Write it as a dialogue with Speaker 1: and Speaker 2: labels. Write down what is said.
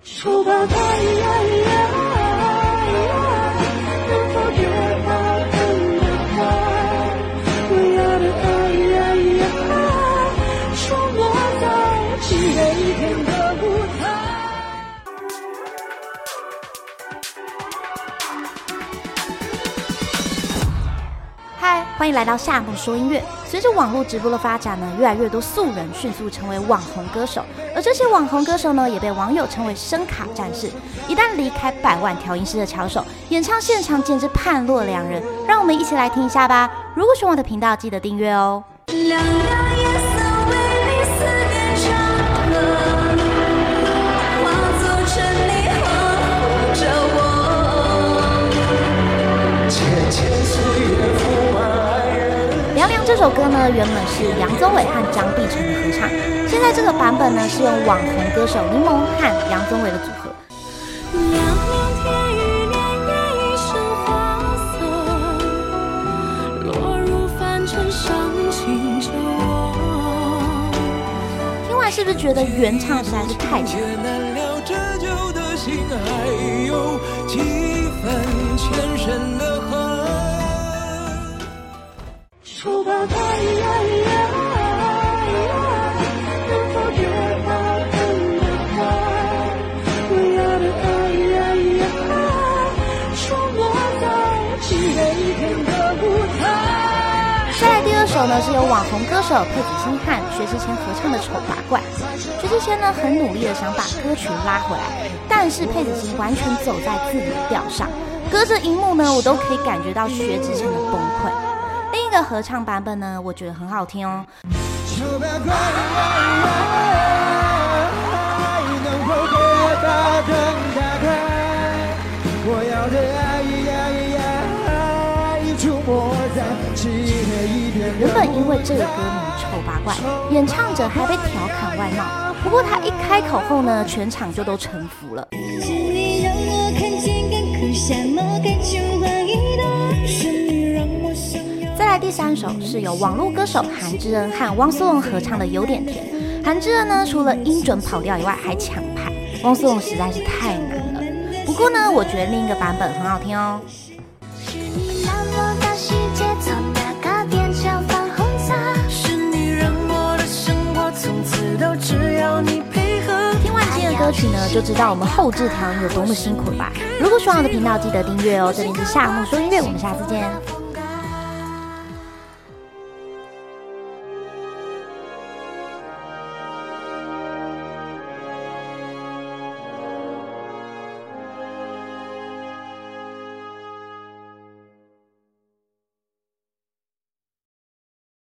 Speaker 1: 说吧，能否别把等得快？我要的爱出没在漆黑天的舞台。
Speaker 2: 嗨，欢迎来到夏木说音乐。随着网络直播的发展呢，越来越多素人迅速成为网红歌手，而这些网红歌手呢，也被网友称为声卡战士。一旦离开百万调音师的巧手，演唱现场简直判若两人。让我们一起来听一下吧。如果喜欢我的频道，记得订阅哦。
Speaker 1: 亮亮夜色为你思念长河，化作尘泥呵护着我。浅浅岁月抚满爱人。
Speaker 2: 凉凉这首歌呢，原本是杨宗纬和张碧晨的合唱，现在这个版本呢是用网红歌手柠檬和杨宗纬的组合。
Speaker 1: 凉凉天与莲叶一身花色，落入凡尘伤情着我。
Speaker 2: 听完是不是觉得原唱实在是太强了？
Speaker 1: 难了这旧的心，还有几分前生的恨。说吧，能否别把等得快？我要的爱出没在漆黑天的舞台。
Speaker 2: 再来第二首呢，是由网红歌手佩子心和薛之谦合唱的《丑八怪》。薛之谦呢很努力的想把歌曲拉回来，但是佩子心完全走在自己的调上，隔着荧幕呢，我都可以感觉到薛之谦的崩溃。另一个合唱版本呢，我觉得很好听哦。原本因为这个歌名《丑八怪》，演唱者还被调侃外貌，不过他一开口后呢，全场就都臣服了。
Speaker 1: 是你让我看见更刻下某个情话一朵，是你让我想要。
Speaker 2: 再来第三首是由网络歌手韩智恩和汪苏泷合唱的《有点甜》。韩智恩呢，除了音准跑调以外，还抢拍，汪苏泷实在是太难了。不过呢，我觉得另一个版本很好听哦。
Speaker 1: 是你让我的世界从那个变成粉红色，是你让我的生活从此都只要你配合。
Speaker 2: 听完今天的歌曲呢，就知道我们后制调音有多么辛苦了吧？如果喜欢我的频道，记得订阅哦。这里是夏木说音乐，我们下次见。